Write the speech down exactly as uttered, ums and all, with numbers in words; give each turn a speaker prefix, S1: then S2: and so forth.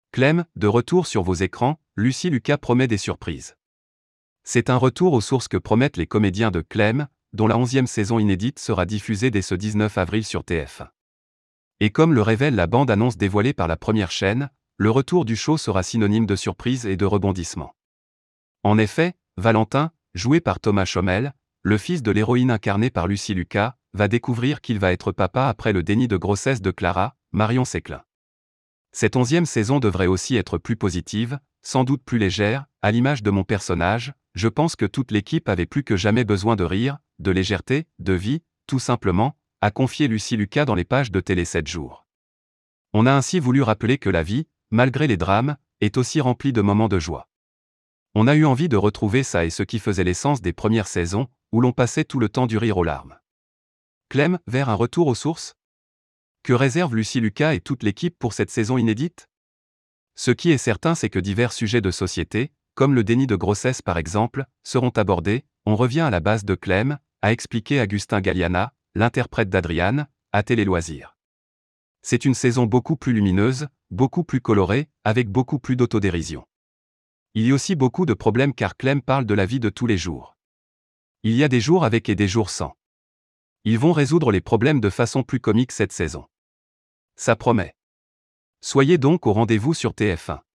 S1: Clem, de retour sur vos écrans, Lucie Lucas promet des surprises. C'est un retour aux sources que promettent les comédiens de Clem, dont la onzième saison inédite sera diffusée dès ce dix-neuf avril sur T F un. Et comme le révèle la bande-annonce dévoilée par la première chaîne, le retour du show sera synonyme de surprise et de rebondissement. En effet, Valentin, joué par Thomas Chomel, le fils de l'héroïne incarnée par Lucie Lucas, va découvrir qu'il va être papa après le déni de grossesse de Clara, Marion Séclin. Cette onzième saison devrait aussi être plus positive, sans doute plus légère, à l'image de mon personnage. Je pense que toute l'équipe avait plus que jamais besoin de rire, de légèreté, de vie, tout simplement, a confié Lucie Lucas dans les pages de Télé sept jours. On a ainsi voulu rappeler que la vie, malgré les drames, est aussi remplie de moments de joie. On a eu envie de retrouver ça et ce qui faisait l'essence des premières saisons, où l'on passait tout le temps du rire aux larmes. Clem, vers un retour aux sources ? Que réserve Lucie Lucas et toute l'équipe pour cette saison inédite ? Ce qui est certain, c'est que divers sujets de société, comme le déni de grossesse par exemple, seront abordés. On revient à la base de Clem, a expliqué Agustin Galliana, l'interprète d'Adriane, à Télé Loisirs. C'est une saison beaucoup plus lumineuse, beaucoup plus colorée, avec beaucoup plus d'autodérision. Il y a aussi beaucoup de problèmes car Clem parle de la vie de tous les jours. Il y a des jours avec et des jours sans. Ils vont résoudre les problèmes de façon plus comique cette saison. Ça promet. Soyez donc au rendez-vous sur T F un.